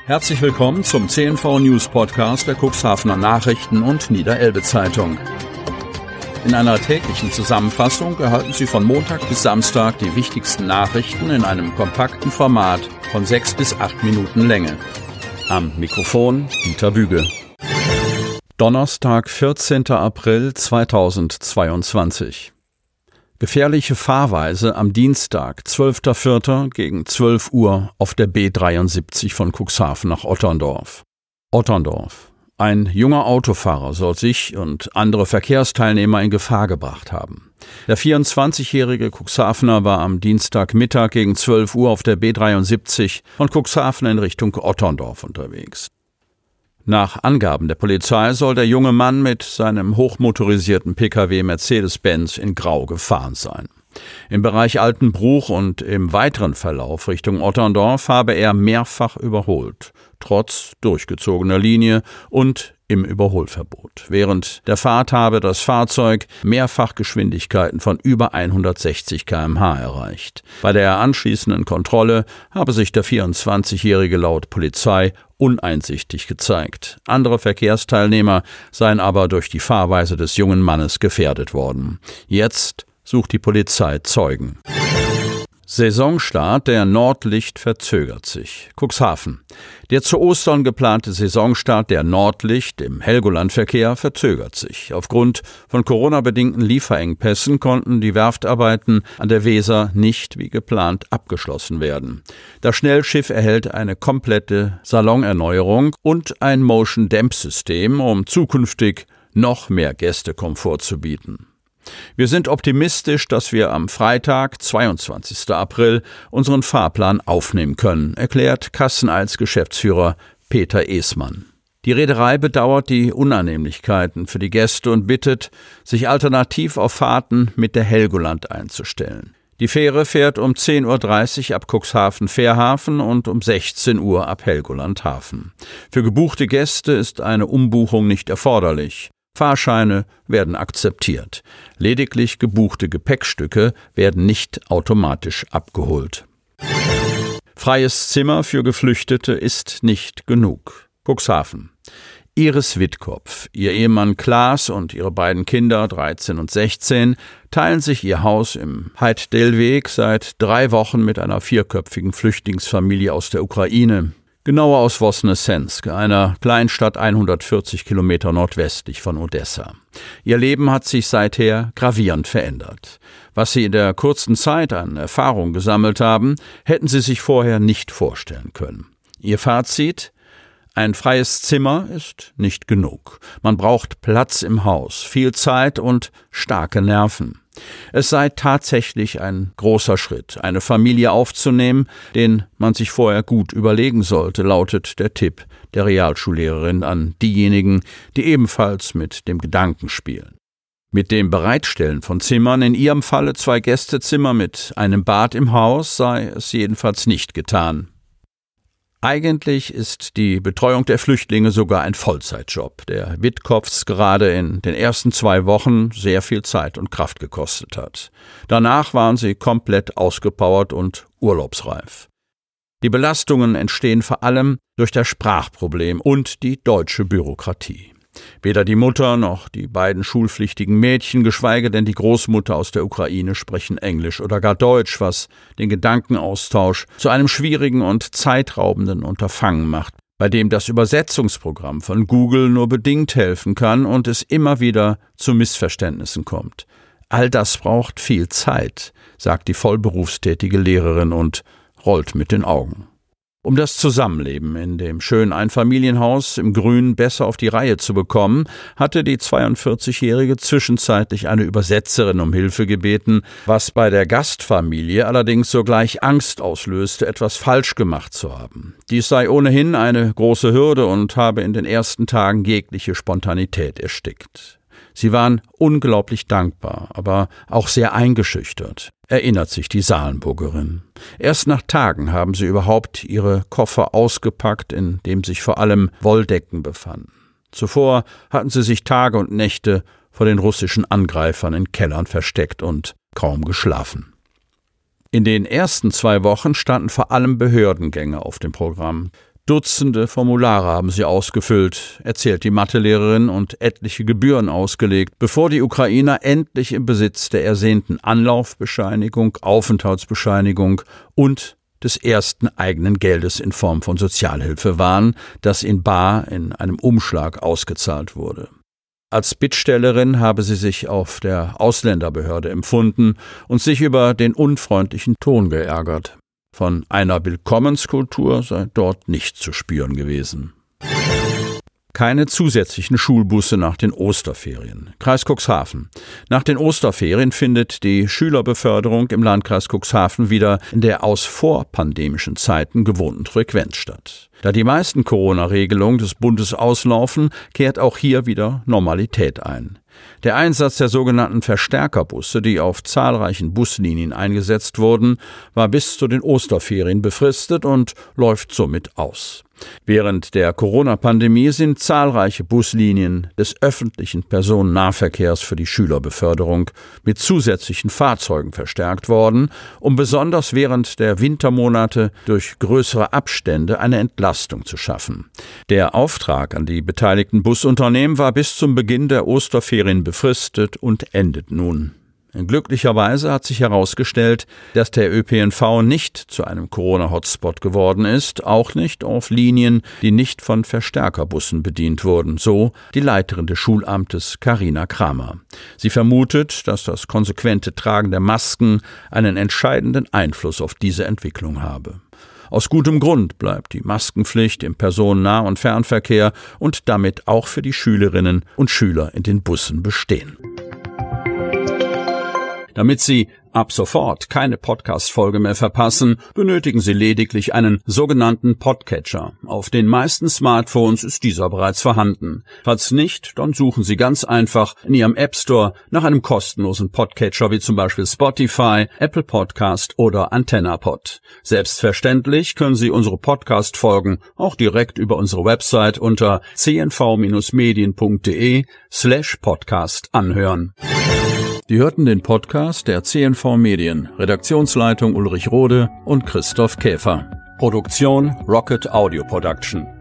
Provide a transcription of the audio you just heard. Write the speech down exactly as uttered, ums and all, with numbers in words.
Herzlich willkommen zum C N V News Podcast der Cuxhavener Nachrichten und Niederelbe Zeitung. In einer täglichen Zusammenfassung erhalten Sie von Montag bis Samstag die wichtigsten Nachrichten in einem kompakten Format von sechs bis acht Minuten Länge. Am Mikrofon Dieter Büge. Donnerstag, vierzehnter April zweitausendzweiundzwanzig. Gefährliche Fahrweise am Dienstag, zwölfter vierter gegen zwölf Uhr auf der B dreiundsiebzig von Cuxhaven nach Otterndorf. Otterndorf. Ein junger Autofahrer soll sich und andere Verkehrsteilnehmer in Gefahr gebracht haben. Der vierundzwanzigjährige Cuxhavener war am Dienstagmittag gegen zwölf Uhr auf der B dreiundsiebzig von Cuxhaven in Richtung Otterndorf unterwegs. Nach Angaben der Polizei soll der junge Mann mit seinem hochmotorisierten Pkw Mercedes-Benz in Grau gefahren sein. Im Bereich Altenbruch und im weiteren Verlauf Richtung Otterndorf habe er mehrfach überholt, trotz durchgezogener Linie und im Überholverbot. Während der Fahrt habe das Fahrzeug mehrfach Geschwindigkeiten von über hundertsechzig Kilometer pro Stunde erreicht. Bei der anschließenden Kontrolle habe sich der vierundzwanzigjährige laut Polizei uneinsichtig gezeigt. Andere Verkehrsteilnehmer seien aber durch die Fahrweise des jungen Mannes gefährdet worden. Jetzt sucht die Polizei Zeugen. Saisonstart der Nordlicht verzögert sich. Cuxhaven. Der zu Ostern geplante Saisonstart der Nordlicht im Helgolandverkehr verzögert sich. Aufgrund von Corona-bedingten Lieferengpässen konnten die Werftarbeiten an der Weser nicht wie geplant abgeschlossen werden. Das Schnellschiff erhält eine komplette Salonerneuerung und ein Motion-Dämpfsystem, um zukünftig noch mehr Gästekomfort zu bieten. Wir sind optimistisch, dass wir am Freitag, zweiundzwanzigsten April, unseren Fahrplan aufnehmen können, erklärt Kasseneils-Geschäftsführer Peter Esmann. Die Reederei bedauert die Unannehmlichkeiten für die Gäste und bittet, sich alternativ auf Fahrten mit der Helgoland einzustellen. Die Fähre fährt um zehn Uhr dreißig ab Cuxhaven-Fährhafen und um sechzehn Uhr ab Helgoland-Hafen. Für gebuchte Gäste ist eine Umbuchung nicht erforderlich. Fahrscheine werden akzeptiert. Lediglich gebuchte Gepäckstücke werden nicht automatisch abgeholt. Freies Zimmer für Geflüchtete ist nicht genug. Cuxhaven. Iris Wittkopf, ihr Ehemann Klaas und ihre beiden Kinder, dreizehn und sechzehn, teilen sich ihr Haus im Heiddellweg seit drei Wochen mit einer vierköpfigen Flüchtlingsfamilie aus der Ukraine. Genauer aus Vosnesensk, einer Kleinstadt hundertvierzig Kilometer nordwestlich von Odessa. Ihr Leben hat sich seither gravierend verändert. Was sie in der kurzen Zeit an Erfahrung gesammelt haben, hätten sie sich vorher nicht vorstellen können. Ihr Fazit: Ein freies Zimmer ist nicht genug. Man braucht Platz im Haus, viel Zeit und starke Nerven. Es sei tatsächlich ein großer Schritt, eine Familie aufzunehmen, den man sich vorher gut überlegen sollte, lautet der Tipp der Realschullehrerin an diejenigen, die ebenfalls mit dem Gedanken spielen. Mit dem Bereitstellen von Zimmern, in ihrem Falle zwei Gästezimmer mit einem Bad im Haus, sei es jedenfalls nicht getan. Eigentlich ist die Betreuung der Flüchtlinge sogar ein Vollzeitjob, der Wittkopfs gerade in den ersten zwei Wochen sehr viel Zeit und Kraft gekostet hat. Danach waren sie komplett ausgepowert und urlaubsreif. Die Belastungen entstehen vor allem durch das Sprachproblem und die deutsche Bürokratie. Weder die Mutter noch die beiden schulpflichtigen Mädchen, geschweige denn die Großmutter aus der Ukraine, sprechen Englisch oder gar Deutsch, was den Gedankenaustausch zu einem schwierigen und zeitraubenden Unterfangen macht, bei dem das Übersetzungsprogramm von Google nur bedingt helfen kann und es immer wieder zu Missverständnissen kommt. All das braucht viel Zeit, sagt die vollberufstätige Lehrerin und rollt mit den Augen. Um das Zusammenleben in dem schönen Einfamilienhaus im Grün besser auf die Reihe zu bekommen, hatte die zweiundvierzigjährige zwischenzeitlich eine Übersetzerin um Hilfe gebeten, was bei der Gastfamilie allerdings sogleich Angst auslöste, etwas falsch gemacht zu haben. Dies sei ohnehin eine große Hürde und habe in den ersten Tagen jegliche Spontanität erstickt. Sie waren unglaublich dankbar, aber auch sehr eingeschüchtert, erinnert sich die Salenburgerin. Erst nach Tagen haben sie überhaupt ihre Koffer ausgepackt, in dem sich vor allem Wolldecken befanden. Zuvor hatten sie sich Tage und Nächte vor den russischen Angreifern in Kellern versteckt und kaum geschlafen. In den ersten zwei Wochen standen vor allem Behördengänge auf dem Programm. Dutzende Formulare haben sie ausgefüllt, erzählt die Mathelehrerin, und etliche Gebühren ausgelegt, bevor die Ukrainer endlich im Besitz der ersehnten Anlaufbescheinigung, Aufenthaltsbescheinigung und des ersten eigenen Geldes in Form von Sozialhilfe waren, das in bar in einem Umschlag ausgezahlt wurde. Als Bittstellerin habe sie sich auf der Ausländerbehörde empfunden und sich über den unfreundlichen Ton geärgert. Von einer Willkommenskultur sei dort nicht zu spüren gewesen. Keine zusätzlichen Schulbusse nach den Osterferien. Kreis Cuxhaven. Nach den Osterferien findet die Schülerbeförderung im Landkreis Cuxhaven wieder in der aus vorpandemischen Zeiten gewohnten Frequenz statt. Da die meisten Corona-Regelungen des Bundes auslaufen, kehrt auch hier wieder Normalität ein. Der Einsatz der sogenannten Verstärkerbusse, die auf zahlreichen Buslinien eingesetzt wurden, war bis zu den Osterferien befristet und läuft somit aus. Während der Corona-Pandemie sind zahlreiche Buslinien des öffentlichen Personennahverkehrs für die Schülerbeförderung mit zusätzlichen Fahrzeugen verstärkt worden, um besonders während der Wintermonate durch größere Abstände eine Entlastung zu schaffen. Der Auftrag an die beteiligten Busunternehmen war bis zum Beginn der Osterferien befristet und endet nun. Glücklicherweise hat sich herausgestellt, dass der Ö P N V nicht zu einem Corona-Hotspot geworden ist, auch nicht auf Linien, die nicht von Verstärkerbussen bedient wurden, so die Leiterin des Schulamtes Carina Kramer. Sie vermutet, dass das konsequente Tragen der Masken einen entscheidenden Einfluss auf diese Entwicklung habe. Aus gutem Grund bleibt die Maskenpflicht im Personennah- und Fernverkehr und damit auch für die Schülerinnen und Schüler in den Bussen bestehen. Damit Sie ab sofort keine Podcast-Folge mehr verpassen, benötigen Sie lediglich einen sogenannten Podcatcher. Auf den meisten Smartphones ist dieser bereits vorhanden. Falls nicht, dann suchen Sie ganz einfach in Ihrem App Store nach einem kostenlosen Podcatcher wie zum Beispiel Spotify, Apple Podcast oder AntennaPod. Selbstverständlich können Sie unsere Podcast-Folgen auch direkt über unsere Website unter c n v medien punkt d e slash podcast anhören. Sie hörten den Podcast der C N V Medien, Redaktionsleitung Ulrich Rode und Christoph Käfer. Produktion Rocket Audio Production.